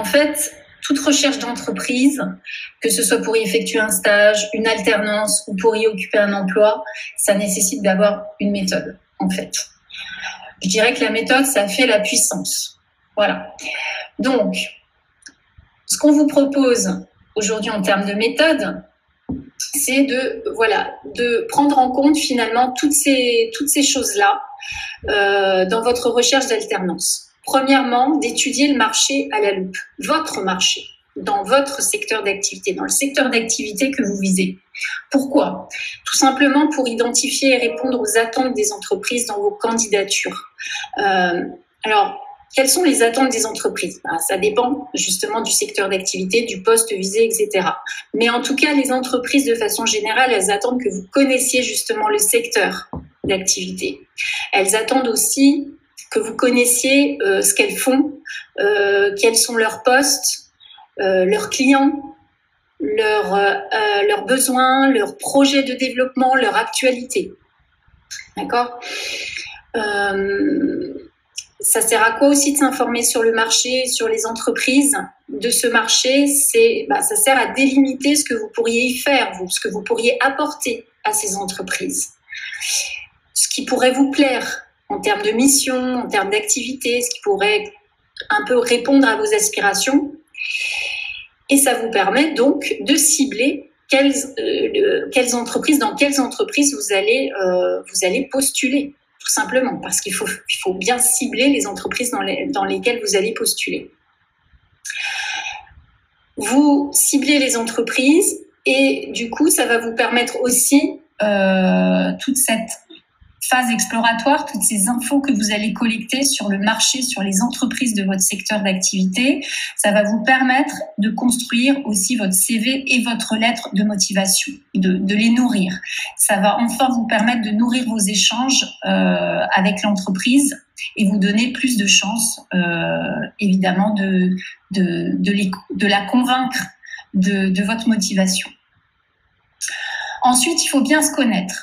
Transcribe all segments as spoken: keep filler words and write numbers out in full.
fait, toute recherche d'entreprise, que ce soit pour y effectuer un stage, une alternance ou pour y occuper un emploi, ça nécessite d'avoir une méthode, en fait. Je dirais que la méthode, ça fait la puissance. Voilà. Donc, ce qu'on vous propose aujourd'hui en termes de méthode, c'est de, voilà, de prendre en compte finalement toutes ces, toutes ces choses-là euh, dans votre recherche d'alternance. Premièrement, d'étudier le marché à la loupe, votre marché, dans votre secteur d'activité, dans le secteur d'activité que vous visez. Pourquoi ? Tout simplement pour identifier et répondre aux attentes des entreprises dans vos candidatures. Euh, alors, quelles sont les attentes des entreprises ? Ben, ça dépend justement du secteur d'activité, du poste visé, et cetera. Mais en tout cas, les entreprises, de façon générale, elles attendent que vous connaissiez justement le secteur d'activité. Elles attendent aussi que vous connaissiez euh, ce qu'elles font, euh, quels sont leurs postes, euh, leurs clients, leurs, euh, leurs besoins, leurs projets de développement, leur actualité. D'accord ? euh, Ça sert à quoi aussi de s'informer sur le marché, sur les entreprises de ce marché ? C'est, bah, ça sert à délimiter ce que vous pourriez y faire, vous, ce que vous pourriez apporter à ces entreprises. Ce qui pourrait vous plaire en termes de mission, en termes d'activité, ce qui pourrait un peu répondre à vos aspirations. Et ça vous permet donc de cibler quelles, euh, quelles entreprises, dans quelles entreprises vous allez, euh, vous allez postuler. Tout simplement, parce qu'il faut, il faut bien cibler les entreprises dans, les, dans lesquelles vous allez postuler. Vous ciblez les entreprises et du coup, ça va vous permettre aussi euh, toute cette phase exploratoire, toutes ces infos que vous allez collecter sur le marché, sur les entreprises de votre secteur d'activité. Ça va vous permettre de construire aussi votre C V et votre lettre de motivation, de, de les nourrir. Ça va enfin vous permettre de nourrir vos échanges euh, avec l'entreprise et vous donner plus de chances, euh, évidemment, de, de, de, les, de la convaincre de, de votre motivation. Ensuite, il faut bien se connaître.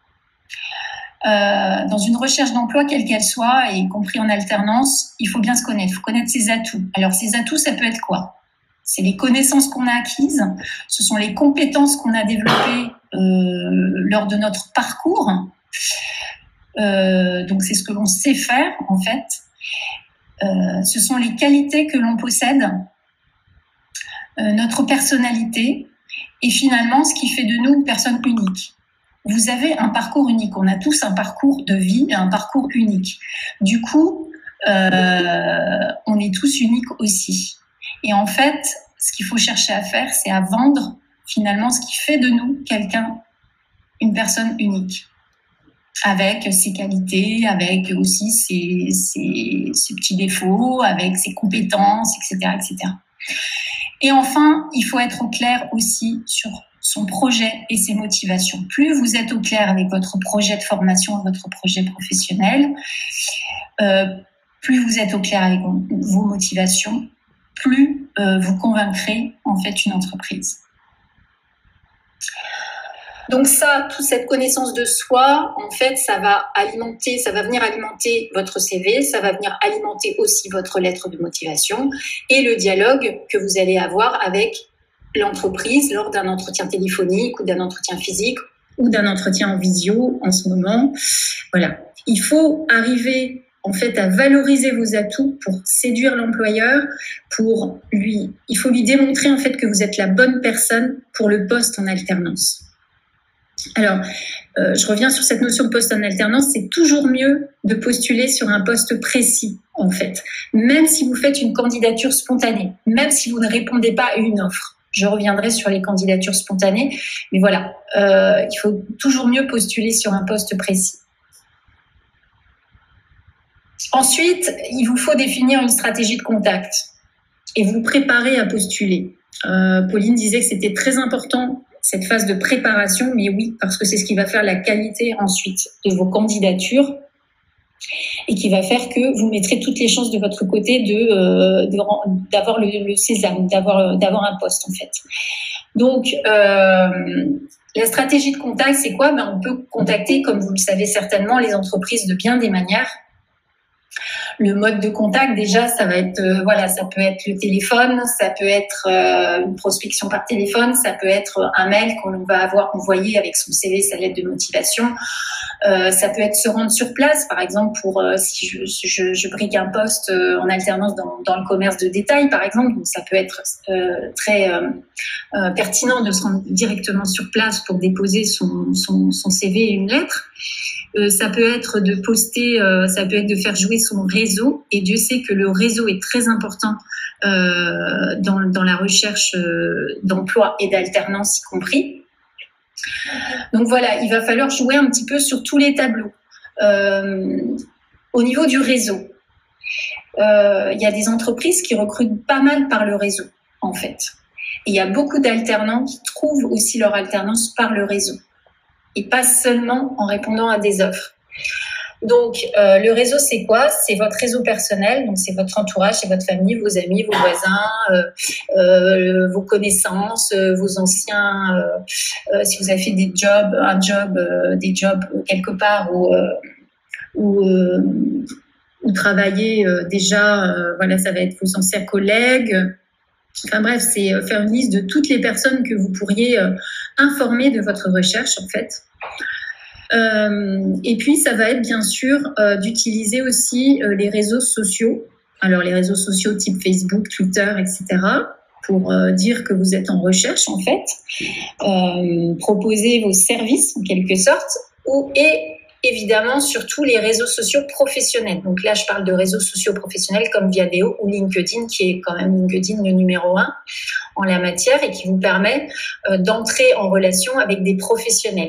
Euh, dans une recherche d'emploi, quelle qu'elle soit, y compris en alternance, il faut bien se connaître, il faut connaître ses atouts. Alors, ces atouts, ça peut être quoi ? C'est les connaissances qu'on a acquises, ce sont les compétences qu'on a développées euh, lors de notre parcours. Euh, donc, c'est ce que l'on sait faire, en fait. Euh, ce sont les qualités que l'on possède, euh, notre personnalité, et finalement, ce qui fait de nous une personne unique. Vous avez un parcours unique. On a tous un parcours de vie, un parcours unique. Du coup, euh, on est tous uniques aussi. Et en fait, ce qu'il faut chercher à faire, c'est à vendre finalement ce qui fait de nous quelqu'un, une personne unique, avec ses qualités, avec aussi ses, ses, ses petits défauts, avec ses compétences, et cetera, et cetera. Et enfin, il faut être au clair aussi sur son projet et ses motivations. Plus vous êtes au clair avec votre projet de formation, votre projet professionnel, euh, plus vous êtes au clair avec vos motivations, plus euh, vous convaincrez en fait une entreprise. Donc ça, toute cette connaissance de soi, en fait, ça va alimenter, ça va venir alimenter votre C V, ça va venir alimenter aussi votre lettre de motivation et le dialogue que vous allez avoir avec l'entreprise lors d'un entretien téléphonique ou d'un entretien physique ou d'un entretien en visio en ce moment. Voilà. Il faut arriver en fait à valoriser vos atouts pour séduire l'employeur, pour lui, il faut lui démontrer en fait que vous êtes la bonne personne pour le poste en alternance. Alors, euh, je reviens sur cette notion de poste en alternance, c'est toujours mieux de postuler sur un poste précis, en fait. Même si vous faites une candidature spontanée, même si vous ne répondez pas à une offre. Je reviendrai sur les candidatures spontanées, mais voilà, euh, il faut toujours mieux postuler sur un poste précis. Ensuite, il vous faut définir une stratégie de contact et vous préparer à postuler. Euh, Pauline disait que c'était très important cette phase de préparation, mais oui, parce que c'est ce qui va faire la qualité ensuite de vos candidatures et qui va faire que vous mettrez toutes les chances de votre côté de, euh, de d'avoir le, le sésame, d'avoir d'avoir un poste en fait. Donc euh, la stratégie de contact, c'est quoi ? Ben, on peut contacter, comme vous le savez certainement, les entreprises de bien des manières. Le mode de contact, déjà, ça va être, euh, voilà, ça peut être le téléphone, ça peut être euh, une prospection par téléphone, ça peut être un mail qu'on va avoir envoyé avec son C V, sa lettre de motivation. Euh, ça peut être se rendre sur place, par exemple, pour euh, si je, je, je brigue un poste euh, en alternance dans, dans le commerce de détail, par exemple. Donc, ça peut être euh, très euh, euh, pertinent de se rendre directement sur place pour déposer son, son, son C V et une lettre. Euh, ça peut être de poster, euh, ça peut être de faire jouer son réseau. Et Dieu sait que le réseau est très important euh, dans, dans la recherche euh, d'emploi et d'alternance y compris. Donc voilà, il va falloir jouer un petit peu sur tous les tableaux. Euh, au niveau du réseau, euh, il y a des entreprises qui recrutent pas mal par le réseau, en fait. Et il y a beaucoup d'alternants qui trouvent aussi leur alternance par le réseau. Et pas seulement en répondant à des offres. Donc, euh, le réseau, c'est quoi? C'est votre réseau personnel, donc c'est votre entourage, c'est votre famille, vos amis, vos voisins, euh, euh, vos connaissances, euh, vos anciens, euh, euh, si vous avez fait des jobs, un job, euh, des jobs quelque part où, euh, où, euh, où travailler euh, déjà, euh, voilà, ça va être vos anciens collègues. Enfin bref, c'est faire une liste de toutes les personnes que vous pourriez euh, informer de votre recherche, en fait. Euh, et puis, ça va être bien sûr euh, d'utiliser aussi euh, les réseaux sociaux. Alors, les réseaux sociaux type Facebook, Twitter, et cetera, pour euh, dire que vous êtes en recherche, en fait. Euh, proposer vos services, en quelque sorte, ou, et évidemment, surtout les réseaux sociaux professionnels. Donc là, je parle de réseaux sociaux professionnels comme Viadeo ou LinkedIn, qui est quand même LinkedIn le numéro un en la matière et qui vous permet euh, d'entrer en relation avec des professionnels.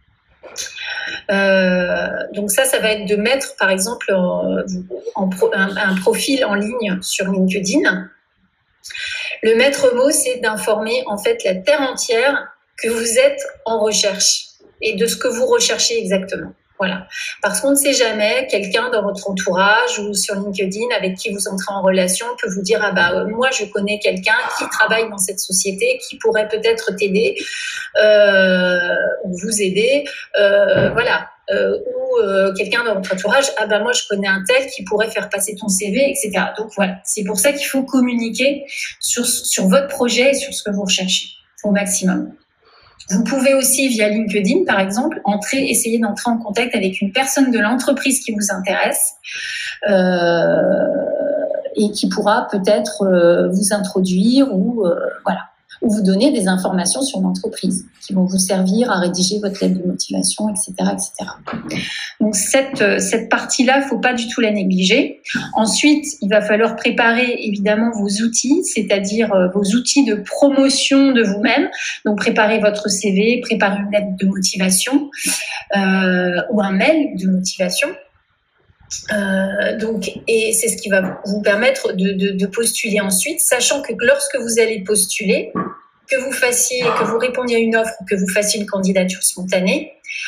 Euh, donc ça, ça va être de mettre, par exemple, en, en pro, un, un profil en ligne sur LinkedIn. Le maître mot, c'est d'informer en fait la terre entière que vous êtes en recherche et de ce que vous recherchez exactement. Voilà. Parce qu'on ne sait jamais, quelqu'un dans votre entourage ou sur LinkedIn avec qui vous entrez en relation peut vous dire « Ah bah, moi, je connais quelqu'un qui travaille dans cette société, qui pourrait peut-être t'aider euh, ou vous aider. Euh, » Voilà. Euh, ou euh, quelqu'un dans votre entourage « Ah bah, moi, je connais un tel qui pourrait faire passer ton C V, et cetera » Donc voilà, c'est pour ça qu'il faut communiquer sur, sur votre projet et sur ce que vous recherchez au maximum. Vous pouvez aussi, via LinkedIn, par exemple, entrer, essayer d'entrer en contact avec une personne de l'entreprise qui vous intéresse euh, et qui pourra peut-être euh, vous introduire ou, euh, voilà, ou vous donner des informations sur l'entreprise qui vont vous servir à rédiger votre lettre de motivation, et cetera, et cetera. Donc cette, cette partie-là, il ne faut pas du tout la négliger. Ensuite, il va falloir préparer évidemment vos outils, c'est-à-dire vos outils de promotion de vous-même. Donc préparer votre C V, préparer une lettre de motivation euh, ou un mail de motivation. Euh, donc, et c'est ce qui va vous permettre de, de, de postuler ensuite, sachant que lorsque vous allez postuler, que vous fassiez, que vous répondiez à une offre ou que vous fassiez une candidature spontanée,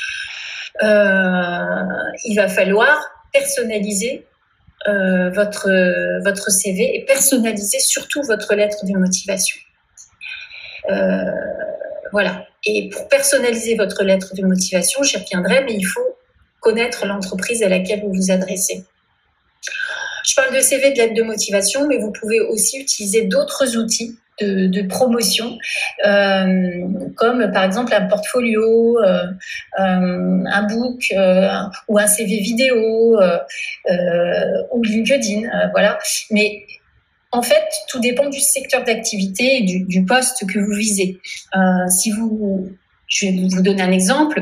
euh, il va falloir personnaliser euh, votre, votre C V et personnaliser surtout votre lettre de motivation. Euh, voilà. Et pour personnaliser votre lettre de motivation, j'y reviendrai, mais il faut connaître l'entreprise à laquelle vous vous adressez. Je parle de C V, de lettre de motivation, mais vous pouvez aussi utiliser d'autres outils de, de promotion, euh, comme par exemple un portfolio, euh, euh, un book euh, ou un C V vidéo euh, euh, ou LinkedIn, euh, voilà. Mais en fait, tout dépend du secteur d'activité et du, du poste que vous visez. Euh, si vous, je vais vous donner un exemple.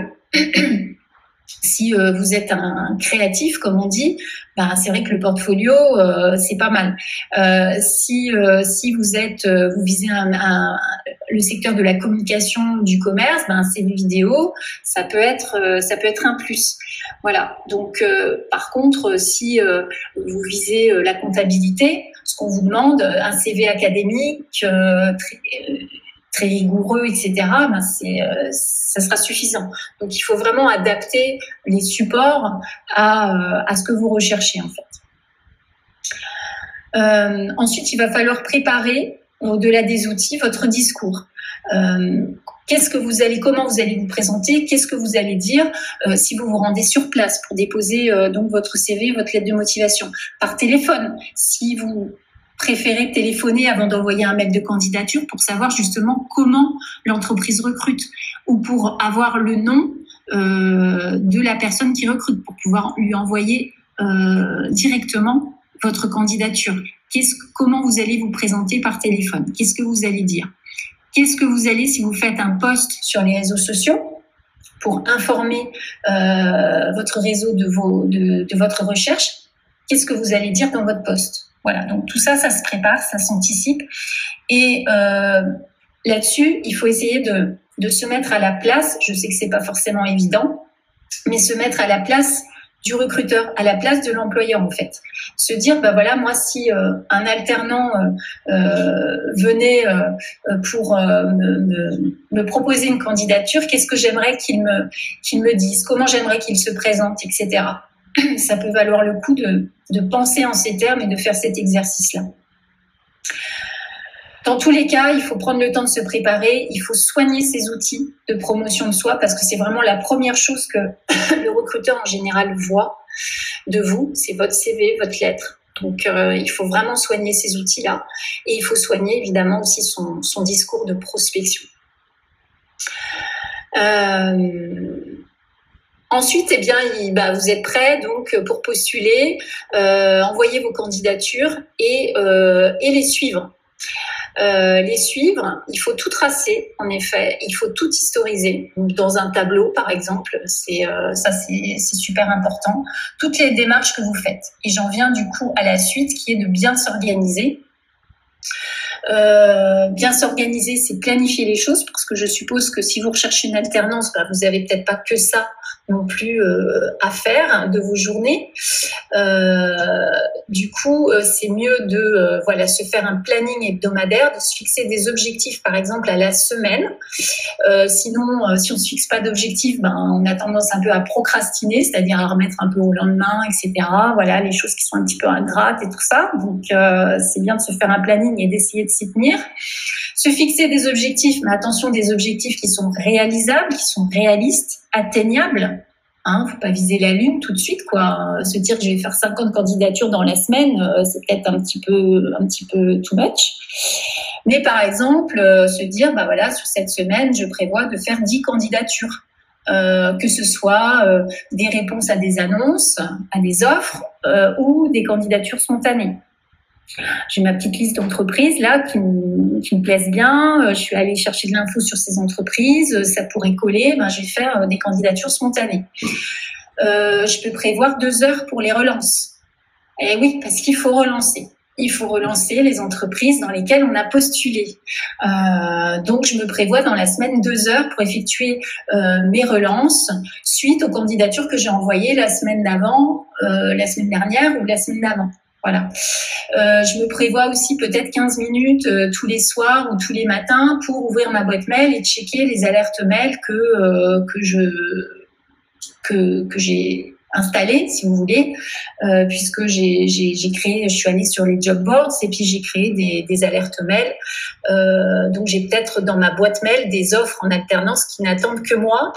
Si euh, vous êtes un créatif, comme on dit, ben, c'est vrai que le portfolio, euh, c'est pas mal. Euh, si, euh, si vous êtes, euh, vous visez un, un, le secteur de la communication, du commerce, ben, c'est une vidéo, ça peut être, euh, ça peut être un plus. Voilà. Donc, euh, par contre, si euh, vous visez euh, la comptabilité, ce qu'on vous demande, un C V académique, euh, très, euh, très rigoureux, et cetera, ben c'est, euh, ça sera suffisant. Donc, il faut vraiment adapter les supports à, à ce que vous recherchez, en fait. Euh, ensuite, il va falloir préparer, au-delà des outils, votre discours. Euh, Qu'est-ce que vous allez, comment vous allez vous présenter, qu'est-ce que vous allez dire euh, si vous vous rendez sur place pour déposer euh, donc votre C V, votre lettre de motivation, par téléphone, si vous préférez téléphoner avant d'envoyer un mail de candidature pour savoir justement comment l'entreprise recrute, ou pour avoir le nom euh, de la personne qui recrute pour pouvoir lui envoyer euh, directement votre candidature. Qu'est-ce, comment vous allez vous présenter par téléphone, qu'est-ce que vous allez dire. Qu'est-ce que vous allez, si vous faites un post sur les réseaux sociaux, pour informer euh, votre réseau de, vos, de, de votre recherche, qu'est-ce que vous allez dire dans votre post? Voilà, donc tout ça, ça se prépare, ça s'anticipe. Et euh, là-dessus, il faut essayer de, de se mettre à la place, je sais que c'est pas forcément évident, mais se mettre à la place du recruteur, à la place de l'employeur en fait. Se dire, bah voilà, moi si euh, un alternant euh, euh, venait euh, pour euh, me, me, me proposer une candidature, qu'est-ce que j'aimerais qu'il me, qu'il me dise, comment j'aimerais qu'il se présente, et cetera. Ça peut valoir le coup de, de penser en ces termes et de faire cet exercice-là. Dans tous les cas, il faut prendre le temps de se préparer, il faut soigner ses outils de promotion de soi parce que c'est vraiment la première chose que le recruteur en général voit de vous, c'est votre C V, votre lettre. Donc euh, il faut vraiment soigner ces outils-là et il faut soigner évidemment aussi son, son discours de prospection. Euh... Ensuite, eh bien, il, bah, vous êtes prêts donc pour postuler, euh, envoyer vos candidatures et, euh, et les suivre. Euh, les suivre, il faut tout tracer, en effet, il faut tout historiser dans un tableau, par exemple. C'est euh, ça, c'est, c'est super important. Toutes les démarches que vous faites. Et j'en viens du coup à la suite, qui est de bien s'organiser. Euh, bien s'organiser, c'est planifier les choses, parce que je suppose que si vous recherchez une alternance, bah, vous avez peut-être pas que ça non plus euh, à faire de vos journées. Euh, du coup, euh, c'est mieux de euh, voilà se faire un planning hebdomadaire, de se fixer des objectifs, par exemple à la semaine. Euh, sinon, euh, si on se fixe pas d'objectifs, ben on a tendance un peu à procrastiner, c'est-à-dire à remettre un peu au lendemain, et cetera. Voilà, les choses qui sont un petit peu ingrates et tout ça. Donc, euh, c'est bien de se faire un planning et d'essayer de s'y tenir. Se fixer des objectifs, mais attention, des objectifs qui sont réalisables, qui sont réalistes, atteignables. Hein, faut pas viser la lune tout de suite, quoi. Se dire que je vais faire cinquante candidatures dans la semaine, euh, c'est peut-être un petit peu, un petit peu too much. Mais par exemple, euh, se dire, bah voilà, sur cette semaine, je prévois de faire dix candidatures, euh, que ce soit euh, des réponses à des annonces, à des offres, euh, ou des candidatures spontanées. J'ai ma petite liste d'entreprises là qui me, qui me plaisent bien. Je suis allée chercher de l'info sur ces entreprises. Ça pourrait coller. Ben, je vais faire des candidatures spontanées. Euh, je peux prévoir deux heures pour les relances. Et oui, parce qu'il faut relancer. Il faut relancer les entreprises dans lesquelles on a postulé. Euh, donc, je me prévois dans la semaine deux heures pour effectuer euh, mes relances suite aux candidatures que j'ai envoyées la semaine d'avant, euh, la semaine dernière ou la semaine d'avant. Voilà. Euh, je me prévois aussi peut-être quinze minutes euh, tous les soirs ou tous les matins pour ouvrir ma boîte mail et checker les alertes mail que euh, que je que que j'ai installées, si vous voulez, euh, puisque j'ai j'ai j'ai créé, je suis allée sur les job boards et puis j'ai créé des des alertes mail. Euh, donc j'ai peut-être dans ma boîte mail des offres en alternance qui n'attendent que moi.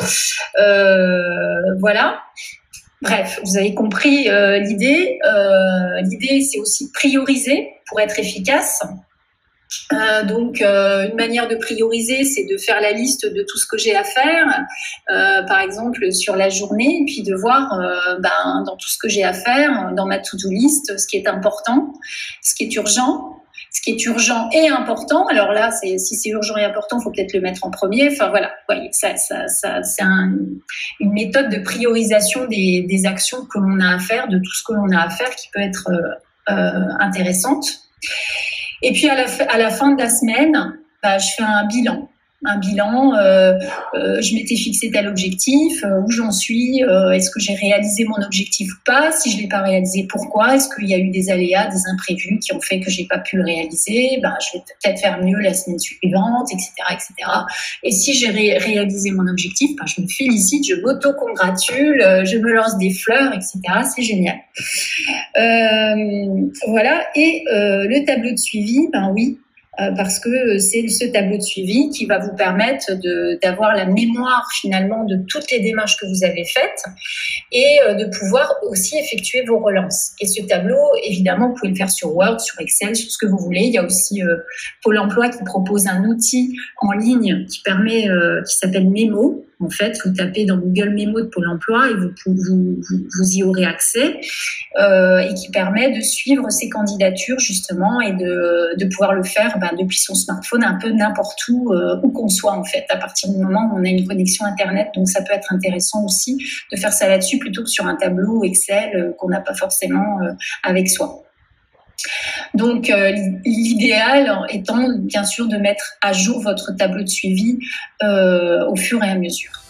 Euh, voilà. Bref, vous avez compris euh, l'idée. Euh, l'idée, c'est aussi de prioriser pour être efficace. Euh, donc, euh, une manière de prioriser, c'est de faire la liste de tout ce que j'ai à faire, euh, par exemple sur la journée, et puis de voir euh, ben, dans tout ce que j'ai à faire, dans ma to-do list, ce qui est important, ce qui est urgent. Ce qui est urgent et important, alors là, c'est, si c'est urgent et important, il faut peut-être le mettre en premier. Enfin voilà, voyez, ça, ça, ça, c'est un, une méthode de priorisation des, des actions que l'on a à faire, de tout ce que l'on a à faire, qui peut être euh, euh, intéressante. Et puis à la, à la fin de la semaine, bah, je fais un bilan. Un bilan, euh, euh, je m'étais fixé tel objectif, euh, où j'en suis, euh, est-ce que j'ai réalisé mon objectif ou pas, si je l'ai pas réalisé, pourquoi, est-ce qu'il y a eu des aléas, des imprévus qui ont fait que j'ai pas pu le réaliser, ben, je vais peut-être faire mieux la semaine suivante, et cetera, et cetera. Et si j'ai ré- réalisé mon objectif, ben, je me félicite, je m'auto-congratule, euh, je me lance des fleurs, et cetera. C'est génial. Euh, voilà. Et euh, le tableau de suivi, ben oui, euh, parce que c'est ce tableau de suivi qui va vous permettre de, d'avoir la mémoire finalement de toutes les démarches que vous avez faites et euh, de pouvoir aussi effectuer vos relances. Et ce tableau, évidemment, vous pouvez le faire sur Word, sur Excel, sur ce que vous voulez. Il y a aussi euh, Pôle emploi qui propose un outil en ligne qui permet, euh, qui s'appelle Mémo. En fait, vous tapez dans Google Mémo de Pôle emploi et vous, vous, vous, vous y aurez accès euh, et qui permet de suivre ces candidatures justement et de, de pouvoir le faire ben, depuis son smartphone un peu n'importe où, euh, où qu'on soit en fait, à partir du moment où on a une connexion Internet. Donc, ça peut être intéressant aussi de faire ça là-dessus plutôt que sur un tableau Excel euh, qu'on n'a pas forcément euh, avec soi. Donc, euh, l'idéal étant bien sûr de mettre à jour votre tableau de suivi euh, au fur et à mesure.